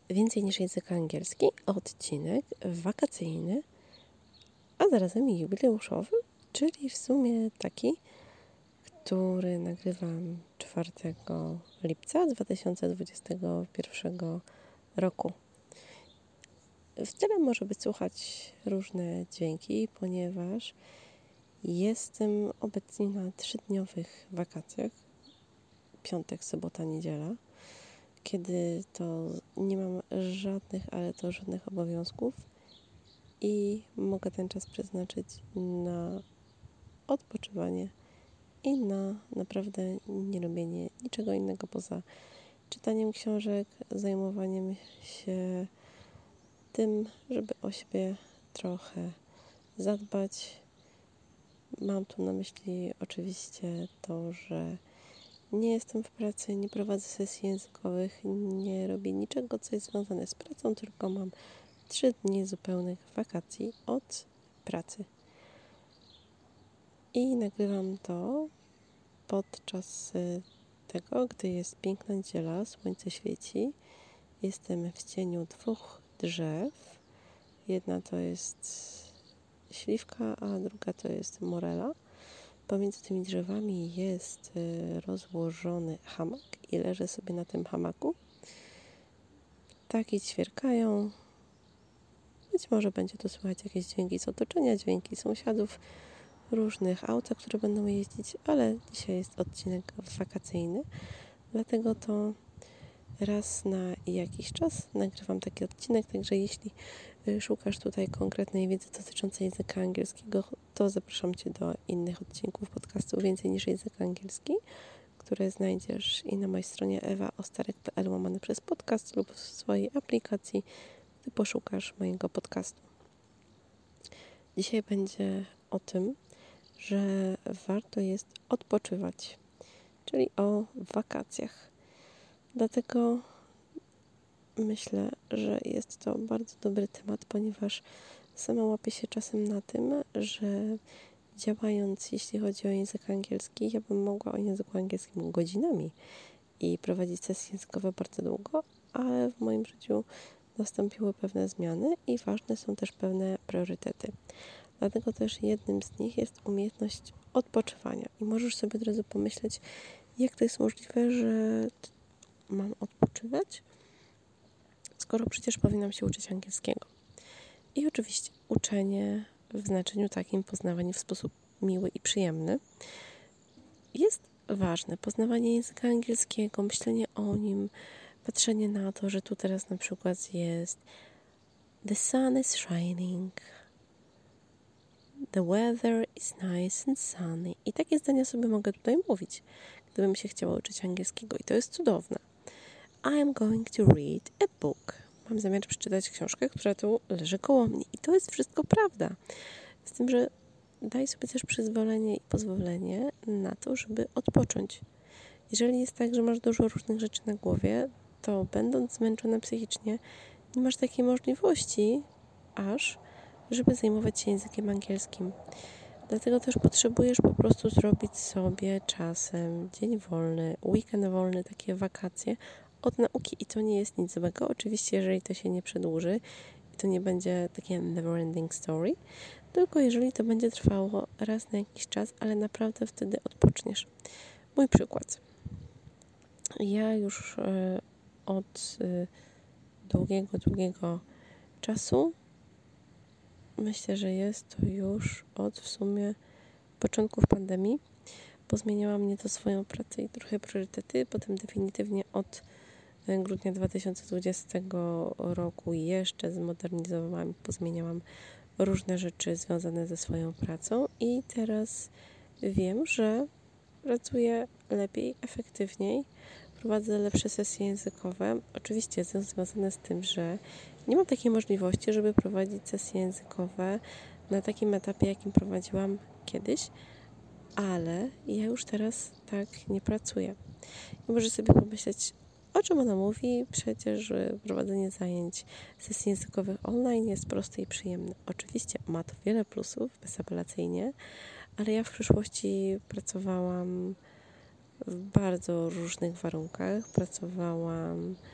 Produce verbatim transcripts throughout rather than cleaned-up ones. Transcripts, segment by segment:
Więcej niż język angielski, odcinek wakacyjny, a zarazem jubileuszowy, czyli w sumie taki, który nagrywam czwartego lipca dwa tysiące dwudziestego pierwszego roku. W tle może być słychać różne dźwięki, ponieważ jestem obecnie na trzydniowych wakacjach, piątek, sobota, niedziela, kiedy to nie mam żadnych, ale to żadnych obowiązków i mogę ten czas przeznaczyć na odpoczywanie i na naprawdę nie robienie niczego innego poza czytaniem książek, zajmowaniem się tym, żeby o siebie trochę zadbać. Mam tu na myśli oczywiście to, że nie jestem w pracy, nie prowadzę sesji językowych, nie robię niczego, co jest związane z pracą, tylko mam trzy dni zupełnych wakacji od pracy. I nagrywam to podczas tego, gdy jest piękna niedziela, słońce świeci. Jestem w cieniu dwóch drzew. Jedna to jest śliwka, a druga to jest morela. Pomiędzy tymi drzewami jest rozłożony hamak i leżę sobie na tym hamaku. Ptaki ćwierkają. Być może będzie tu słychać jakieś dźwięki z otoczenia, dźwięki sąsiadów, różnych aut, które będą jeździć, ale dzisiaj jest odcinek wakacyjny, dlatego to raz na jakiś czas nagrywam taki odcinek, także jeśli szukasz tutaj konkretnej wiedzy dotyczącej języka angielskiego, to zapraszam Cię do innych odcinków podcastu Więcej niż język angielski, które znajdziesz i na mojej stronie ewaostarek kropka pe el łamane przez podcast lub w swojej aplikacji, gdy poszukasz mojego podcastu. Dzisiaj będzie o tym, że warto jest odpoczywać, czyli o wakacjach. Dlatego myślę, że jest to bardzo dobry temat, ponieważ sama łapię się czasem na tym, że działając, jeśli chodzi o język angielski, ja bym mogła o języku angielskim godzinami i prowadzić sesje językowe bardzo długo, ale w moim życiu nastąpiły pewne zmiany i ważne są też pewne priorytety. Dlatego też jednym z nich jest umiejętność odpoczywania. I możesz sobie od razu pomyśleć, jak to jest możliwe, że mam odpoczywać, skoro przecież powinnam się uczyć angielskiego. I oczywiście uczenie w znaczeniu takim, poznawanie w sposób miły i przyjemny jest ważne. Poznawanie języka angielskiego, myślenie o nim, patrzenie na to, że tu teraz na przykład jest the sun is shining, the weather is nice and sunny. I takie zdania sobie mogę tutaj mówić, gdybym się chciała uczyć angielskiego. I to jest cudowne. I am going to read a book. Mam zamiar przeczytać książkę, która tu leży koło mnie. I to jest wszystko prawda. Z tym, że daj sobie też przyzwolenie i pozwolenie na to, żeby odpocząć. Jeżeli jest tak, że masz dużo różnych rzeczy na głowie, to będąc zmęczona psychicznie, nie masz takiej możliwości aż, żeby zajmować się językiem angielskim. Dlatego też potrzebujesz po prostu zrobić sobie czasem dzień wolny, weekend wolny, takie wakacje od nauki. I to nie jest nic złego. Oczywiście, jeżeli to się nie przedłuży i to nie będzie takie never ending story, tylko jeżeli to będzie trwało raz na jakiś czas, ale naprawdę wtedy odpoczniesz. Mój przykład. Ja już y, od y, długiego, długiego czasu, myślę, że jest to już od w sumie początków pandemii, bo zmieniała mnie to swoją pracę i trochę priorytety. Potem definitywnie od grudnia dwa tysiące dwudziestego roku jeszcze zmodernizowałam, pozmieniałam różne rzeczy związane ze swoją pracą i teraz wiem, że pracuję lepiej, efektywniej, prowadzę lepsze sesje językowe. Oczywiście jest to związane z tym, że nie mam takiej możliwości, żeby prowadzić sesje językowe na takim etapie, jakim prowadziłam kiedyś, ale ja już teraz tak nie pracuję. I możesz sobie pomyśleć, o czym ona mówi? Przecież prowadzenie zajęć sesji językowych online jest proste i przyjemne. Oczywiście ma to wiele plusów, bezapelacyjnie, ale ja w przeszłości pracowałam w bardzo różnych warunkach. Pracowałam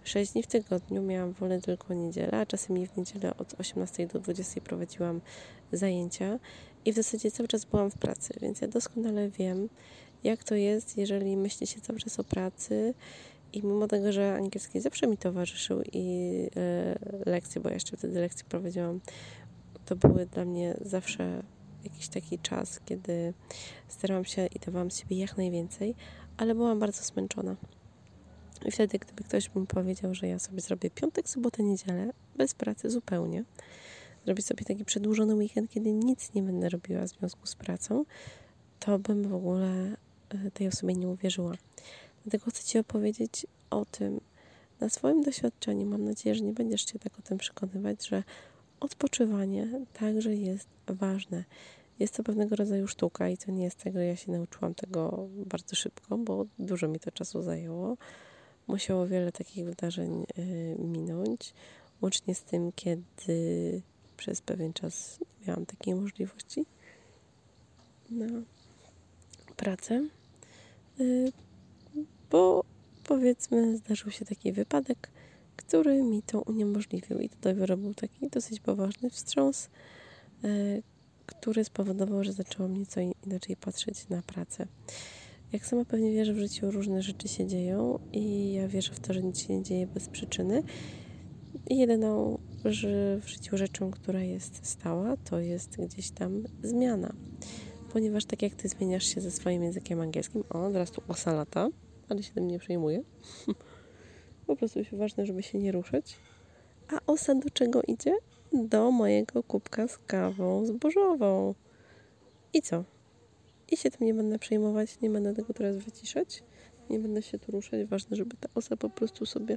sześć dni w tygodniu, miałam wolne tylko niedzielę, a czasem w niedzielę od osiemnastej do dwudziestej prowadziłam zajęcia i w zasadzie cały czas byłam w pracy, więc ja doskonale wiem, jak to jest, jeżeli myśli się cały czas o pracy i mimo tego, że angielski zawsze mi towarzyszył i e, lekcje, bo ja jeszcze wtedy lekcje prowadziłam, to były dla mnie zawsze jakiś taki czas, kiedy starałam się i dawałam z siebie jak najwięcej, ale byłam bardzo zmęczona. I wtedy, gdyby ktoś mi powiedział, że ja sobie zrobię piątek, sobotę, niedzielę, bez pracy zupełnie, zrobię sobie taki przedłużony weekend, kiedy nic nie będę robiła w związku z pracą, to bym w ogóle tej osobie nie uwierzyła. Dlatego chcę Ci opowiedzieć o tym na swoim doświadczeniu. Mam nadzieję, że nie będziesz się tak o tym przekonywać, że odpoczywanie także jest ważne. Jest to pewnego rodzaju sztuka i to nie jest tego, ja się nauczyłam tego bardzo szybko, bo dużo mi to czasu zajęło. Musiało wiele takich wydarzeń y, minąć, łącznie z tym, kiedy przez pewien czas nie miałam takiej możliwości na pracę, y, bo powiedzmy zdarzył się taki wypadek, który mi to uniemożliwił i to dopiero był taki dosyć poważny wstrząs, y, który spowodował, że zaczęłam nieco inaczej patrzeć na pracę. Jak sama pewnie wiesz, w życiu różne rzeczy się dzieją i ja wierzę w to, że nic się nie dzieje bez przyczyny. I jedyną że w życiu rzeczą, która jest stała, to jest gdzieś tam zmiana. Ponieważ tak jak Ty zmieniasz się ze swoim językiem angielskim, o, teraz tu osa lata, ale się tym nie przejmuję. Po prostu jest ważne, żeby się nie ruszać. A osa do czego idzie? Do mojego kubka z kawą zbożową. I co? I się tym nie będę przejmować, nie będę tego teraz wyciszać, nie będę się tu ruszać. Ważne, żeby ta osa po prostu sobie...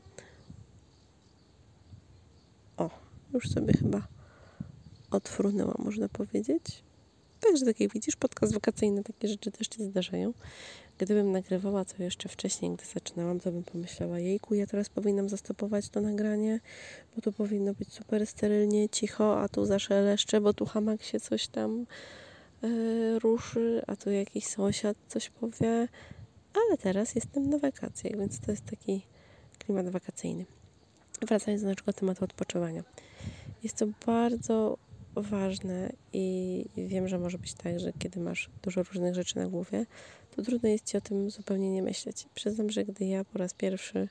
O, już sobie chyba odfrunęła, można powiedzieć. Także tak jak widzisz, podcast wakacyjny, takie rzeczy też się zdarzają. Gdybym nagrywała to jeszcze wcześniej, gdy zaczynałam, to bym pomyślała, jejku, ja teraz powinnam zastopować to nagranie, bo tu powinno być super sterylnie, cicho, a tu zaszeleszczę, bo tu hamak się coś tam yy, ruszy, a tu jakiś sąsiad coś powie. Ale teraz jestem na wakacjach, więc to jest taki klimat wakacyjny. Wracając do naszego tematu odpoczywania. Jest to bardzo ważne i wiem, że może być tak, że kiedy masz dużo różnych rzeczy na głowie, to trudno jest Ci o tym zupełnie nie myśleć. Przyznam, że gdy ja po raz pierwszy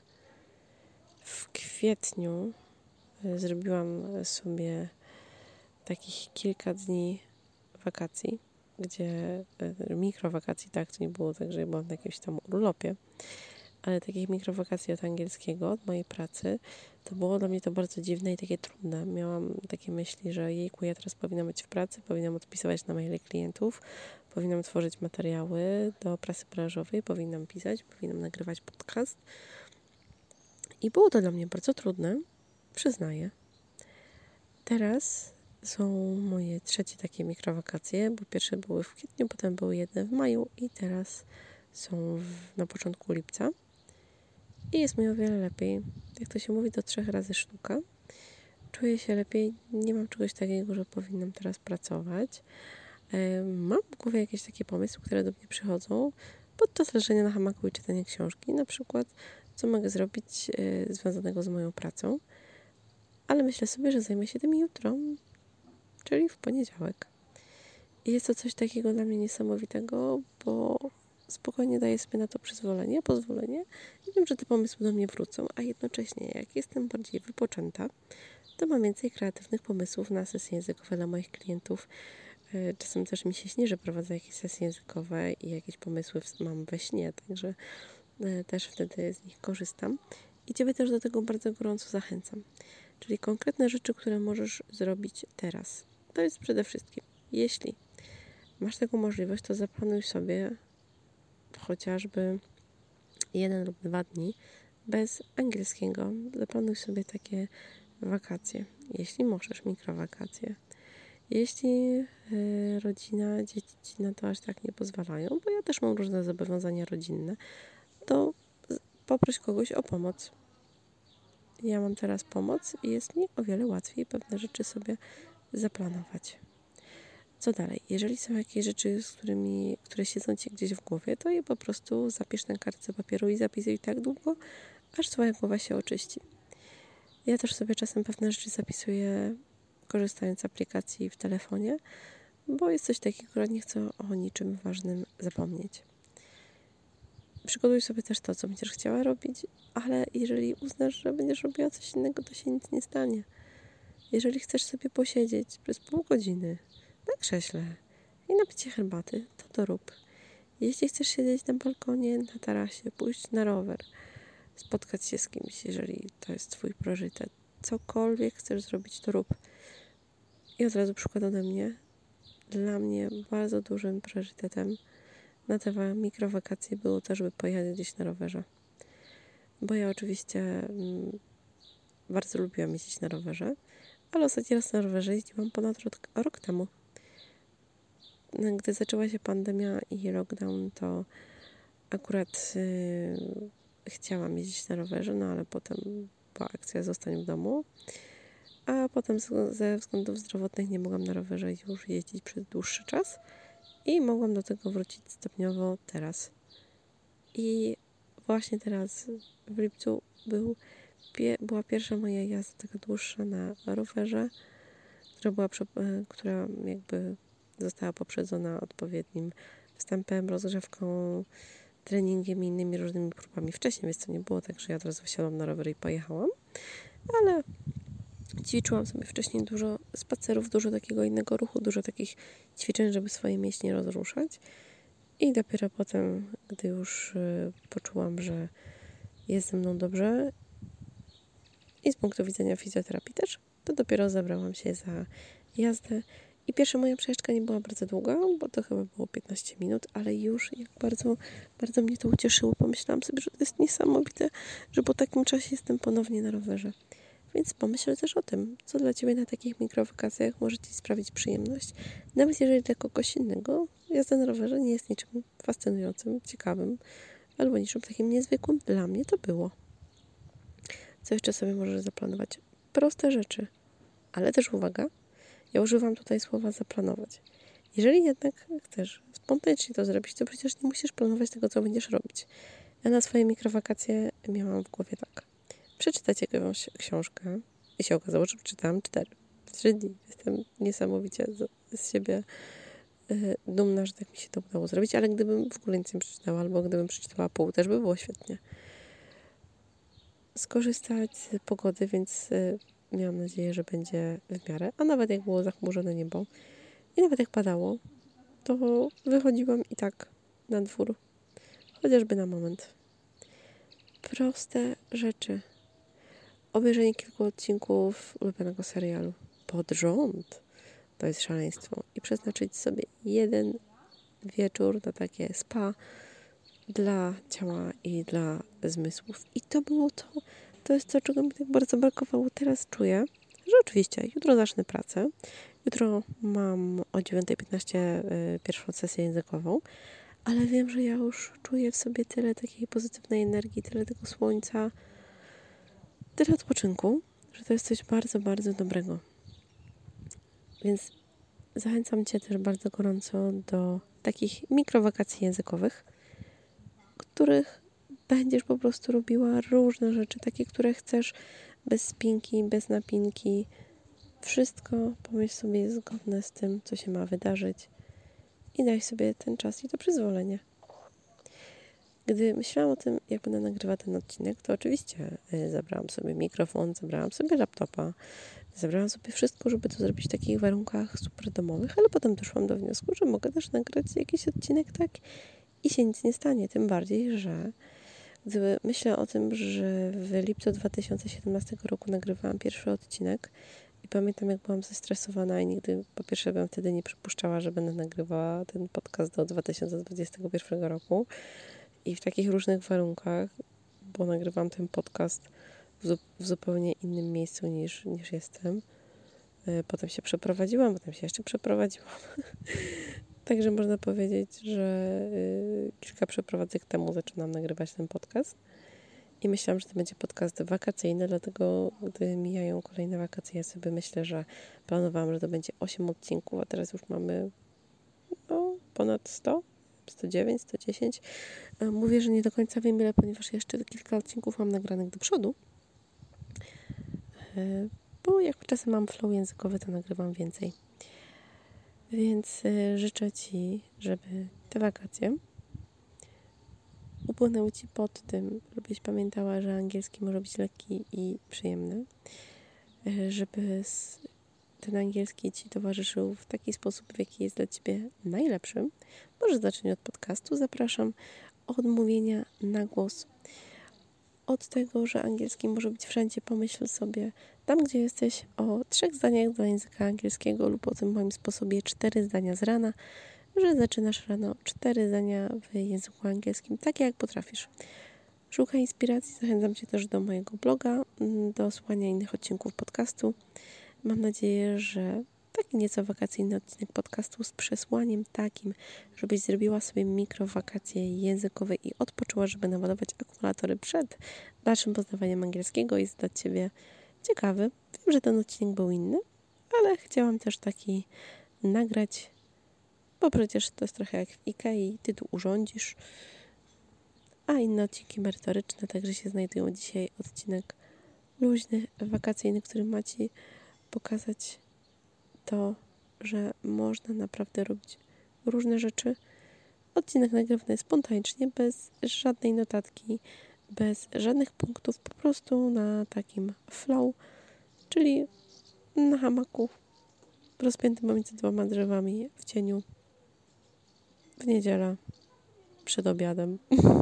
w kwietniu zrobiłam sobie takich kilka dni wakacji, gdzie mikrowakacji, tak, to nie było tak, że ja byłam na jakimś tam urlopie, ale takich mikrowakacji od angielskiego, od mojej pracy, to było dla mnie to bardzo dziwne i takie trudne. Miałam takie myśli, że jejku, ja teraz powinnam być w pracy, powinnam odpisywać na maile klientów, powinnam tworzyć materiały do prasy branżowej, powinnam pisać, powinnam nagrywać podcast. I było to dla mnie bardzo trudne, przyznaję. Teraz są moje trzecie takie mikrowakacje, bo pierwsze były w kwietniu, potem były jedne w maju i teraz są w, na początku lipca. I jest mi o wiele lepiej. Jak to się mówi, to trzech razy sztuka. Czuję się lepiej. Nie mam czegoś takiego, że powinnam teraz pracować. Mam w głowie jakieś takie pomysły, które do mnie przychodzą podczas leżenia na hamaku i czytania książki. Na przykład, co mogę zrobić związanego z moją pracą. Ale myślę sobie, że zajmę się tym jutro, czyli w poniedziałek. I jest to coś takiego dla mnie niesamowitego, bo spokojnie daję sobie na to przyzwolenie, pozwolenie i wiem, że te pomysły do mnie wrócą, a jednocześnie jak jestem bardziej wypoczęta, to mam więcej kreatywnych pomysłów na sesje językowe dla moich klientów. Czasem też mi się śni, że prowadzę jakieś sesje językowe i jakieś pomysły mam we śnie, także też wtedy z nich korzystam. I Ciebie też do tego bardzo gorąco zachęcam. Czyli konkretne rzeczy, które możesz zrobić teraz. To jest przede wszystkim, jeśli masz taką możliwość, to zaplanuj sobie chociażby jeden lub dwa dni bez angielskiego. Zaplanuj sobie takie wakacje, jeśli możesz, mikrowakacje. Jeśli y, rodzina, dzieci ci na to aż tak nie pozwalają, bo ja też mam różne zobowiązania rodzinne, to poproś kogoś o pomoc. Ja mam teraz pomoc i jest mi o wiele łatwiej pewne rzeczy sobie zaplanować. Co dalej? Jeżeli są jakieś rzeczy, z którymi, które siedzą Ci gdzieś w głowie, to je po prostu zapisz na kartce papieru i zapisuj tak długo, aż Twoja głowa się oczyści. Ja też sobie czasem pewne rzeczy zapisuję, korzystając z aplikacji w telefonie, bo jest coś takiego, że nie chcę o niczym ważnym zapomnieć. Przygotuj sobie też to, co będziesz chciała robić, ale jeżeli uznasz, że będziesz robiła coś innego, to się nic nie stanie. Jeżeli chcesz sobie posiedzieć przez pół godziny na krześle i napić się herbaty, to to rób. Jeśli chcesz siedzieć na balkonie, na tarasie, pójść na rower, spotkać się z kimś, jeżeli to jest twój priorytet, cokolwiek chcesz zrobić, to rób. I od razu przykład ode mnie. Dla mnie bardzo dużym priorytetem na te mikrowakacje było to, żeby pojechać gdzieś na rowerze. Bo ja oczywiście mm, bardzo lubiłam jeździć na rowerze, ale ostatni raz na rowerze jeździłam ponad rok, rok temu. Gdy zaczęła się pandemia i lockdown, to akurat yy, chciałam jeździć na rowerze, no ale potem była akcja zostań w domu, a potem z, ze względów zdrowotnych nie mogłam na rowerze już jeździć przez dłuższy czas i mogłam do tego wrócić stopniowo teraz. I właśnie teraz w lipcu był, pie, była pierwsza moja jazda taka dłuższa na rowerze, która była, która jakby została poprzedzona odpowiednim wstępem, rozgrzewką, treningiem i innymi różnymi próbami wcześniej, więc to nie było tak, że ja od razu wsiadłam na rower i pojechałam, ale ćwiczyłam sobie wcześniej dużo spacerów, dużo takiego innego ruchu, dużo takich ćwiczeń, żeby swoje mięśnie rozruszać i dopiero potem, gdy już poczułam, że jest ze mną dobrze i z punktu widzenia fizjoterapii też, to dopiero zabrałam się za jazdę. I pierwsza moja przejażdżka nie była bardzo długa, bo to chyba było piętnaście minut, ale już jak bardzo, bardzo mnie to ucieszyło. Pomyślałam sobie, że to jest niesamowite, że po takim czasie jestem ponownie na rowerze. Więc pomyśl też o tym, co dla Ciebie na takich mikrowakacjach może Ci sprawić przyjemność. Nawet jeżeli dla kogoś innego jazda na rowerze nie jest niczym fascynującym, ciekawym albo niczym takim niezwykłym. Dla mnie to było. Co jeszcze sobie możesz zaplanować? Proste rzeczy. Ale też uwaga, ja używam tutaj słowa zaplanować. Jeżeli jednak chcesz spontanicznie to zrobić, to przecież nie musisz planować tego, co będziesz robić. Ja na swoje mikrowakacje miałam w głowie tak. Przeczytać jakąś książkę i się okazało, że przeczytałam cztery. Trzy dni. Jestem niesamowicie z, z siebie y, dumna, że tak mi się to udało zrobić, ale gdybym w ogóle nic nie przeczytała, albo gdybym przeczytała pół, też by było świetnie. Skorzystać z pogody, więc y, miałam nadzieję, że będzie w miarę, a nawet jak było zachmurzone niebo i nawet jak padało, to wychodziłam i tak na dwór, chociażby na moment. Proste rzeczy. Obejrzenie kilku odcinków ulubionego serialu pod rząd to jest szaleństwo i przeznaczyć sobie jeden wieczór na takie spa dla ciała i dla zmysłów. I to było to, to jest to, czego mi tak bardzo brakowało. Teraz czuję, że oczywiście jutro zacznę pracę. Jutro mam o dziewiąta piętnaście pierwszą sesję językową, ale wiem, że ja już czuję w sobie tyle takiej pozytywnej energii, tyle tego słońca, tyle odpoczynku, że to jest coś bardzo, bardzo dobrego. Więc zachęcam Cię też bardzo gorąco do takich mikrowakacji językowych, których będziesz po prostu robiła różne rzeczy, takie, które chcesz, bez spinki, bez napinki. Wszystko, pomyśl sobie, jest zgodne z tym, co się ma wydarzyć i daj sobie ten czas i to przyzwolenie. Gdy myślałam o tym, jak będę nagrywać ten odcinek, to oczywiście y, zabrałam sobie mikrofon, zabrałam sobie laptopa, zabrałam sobie wszystko, żeby to zrobić w takich warunkach super domowych, ale potem doszłam do wniosku, że mogę też nagrać jakiś odcinek tak i się nic nie stanie. Tym bardziej, że gdy myślę o tym, że w lipcu dwa tysiące siedemnastego roku nagrywałam pierwszy odcinek i pamiętam, jak byłam zestresowana i nigdy, po pierwsze, bym wtedy nie przypuszczała, że będę nagrywała ten podcast do dwa tysiące dwudziestego pierwszego roku i w takich różnych warunkach, bo nagrywam ten podcast w, zu- w zupełnie innym miejscu niż, niż jestem. Potem się przeprowadziłam, potem się jeszcze przeprowadziłam. Także można powiedzieć, że y, kilka przeprowadzek temu zaczynam nagrywać ten podcast. I myślałam, że to będzie podcast wakacyjny, dlatego gdy mijają kolejne wakacje, ja sobie myślę, że planowałam, że to będzie osiem odcinków, a teraz już mamy no, ponad sto, sto dziewięć, sto dziesięć. Mówię, że nie do końca wiem ile, ponieważ jeszcze kilka odcinków mam nagranych do przodu. bo jak czasem mam flow językowy, to nagrywam więcej. Więc życzę Ci, żeby te wakacje upłynęły Ci pod tym, żebyś pamiętała, że angielski może być lekki i przyjemny, żeby ten angielski Ci towarzyszył w taki sposób, w jaki jest dla Ciebie najlepszy. Może zacznij od podcastu. Zapraszam od mówienia na głos. Od tego, że angielski może być wszędzie. Pomyśl sobie tam, gdzie jesteś, o trzech zdaniach dla języka angielskiego lub o tym moim sposobie cztery zdania z rana, że zaczynasz rano cztery zdania w języku angielskim, tak jak potrafisz. Szukaj inspiracji. Zachęcam Cię też do mojego bloga, do słuchania innych odcinków podcastu. Mam nadzieję, że taki nieco wakacyjny odcinek podcastu z przesłaniem takim, żebyś zrobiła sobie mikrowakacje językowe i odpoczęła, żeby naładować akumulatory przed dalszym poznawaniem angielskiego, jest dla Ciebie ciekawy. Wiem, że ten odcinek był inny, ale chciałam też taki nagrać, bo przecież to jest trochę jak w Ikei, Ty tu urządzisz, a inne odcinki merytoryczne, także się znajdują dzisiaj odcinek luźny, wakacyjny, który ma Ci pokazać to, że można naprawdę robić różne rzeczy. Odcinek nagrywany spontanicznie, bez żadnej notatki, bez żadnych punktów, po prostu na takim flow, czyli na hamaku rozpiętym pomiędzy dwoma drzewami w cieniu w niedzielę przed obiadem.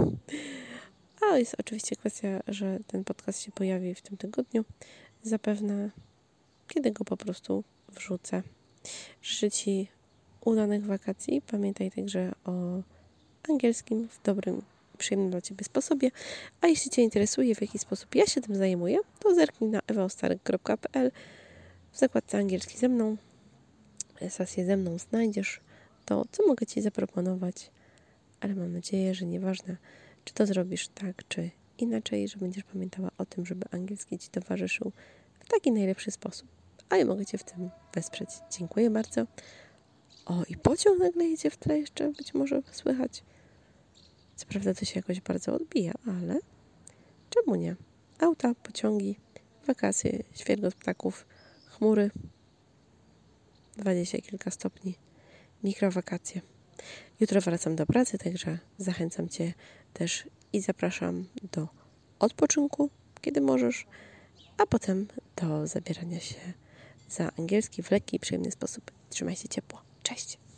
A jest oczywiście kwestia, że ten podcast się pojawi w tym tygodniu. Zapewne kiedy go po prostu wrzucę. Życzę Ci udanych wakacji. Pamiętaj także o angielskim w dobrym, przyjemnym dla Ciebie sposobie. A jeśli Cię interesuje, w jaki sposób ja się tym zajmuję, to zerknij na ewaostarek kropka p l. W zakładce angielski ze mną, sesję ze mną znajdziesz to, co mogę Ci zaproponować. Ale mam nadzieję, że nieważne, czy to zrobisz tak, czy inaczej, że będziesz pamiętała o tym, żeby angielski Ci towarzyszył w taki najlepszy sposób. A ja mogę Cię w tym wesprzeć. Dziękuję bardzo. O, i pociąg nagle jedzie w tle jeszcze, być może słychać. Co prawda to się jakoś bardzo odbija, ale czemu nie? Auta, pociągi, wakacje, świergot ptaków, chmury, dwadzieścia kilka stopni, mikrowakacje. Jutro wracam do pracy, także zachęcam Cię też i zapraszam do odpoczynku, kiedy możesz, a potem do zabierania się za angielski w lekki i przyjemny sposób. Trzymaj się ciepło. Cześć!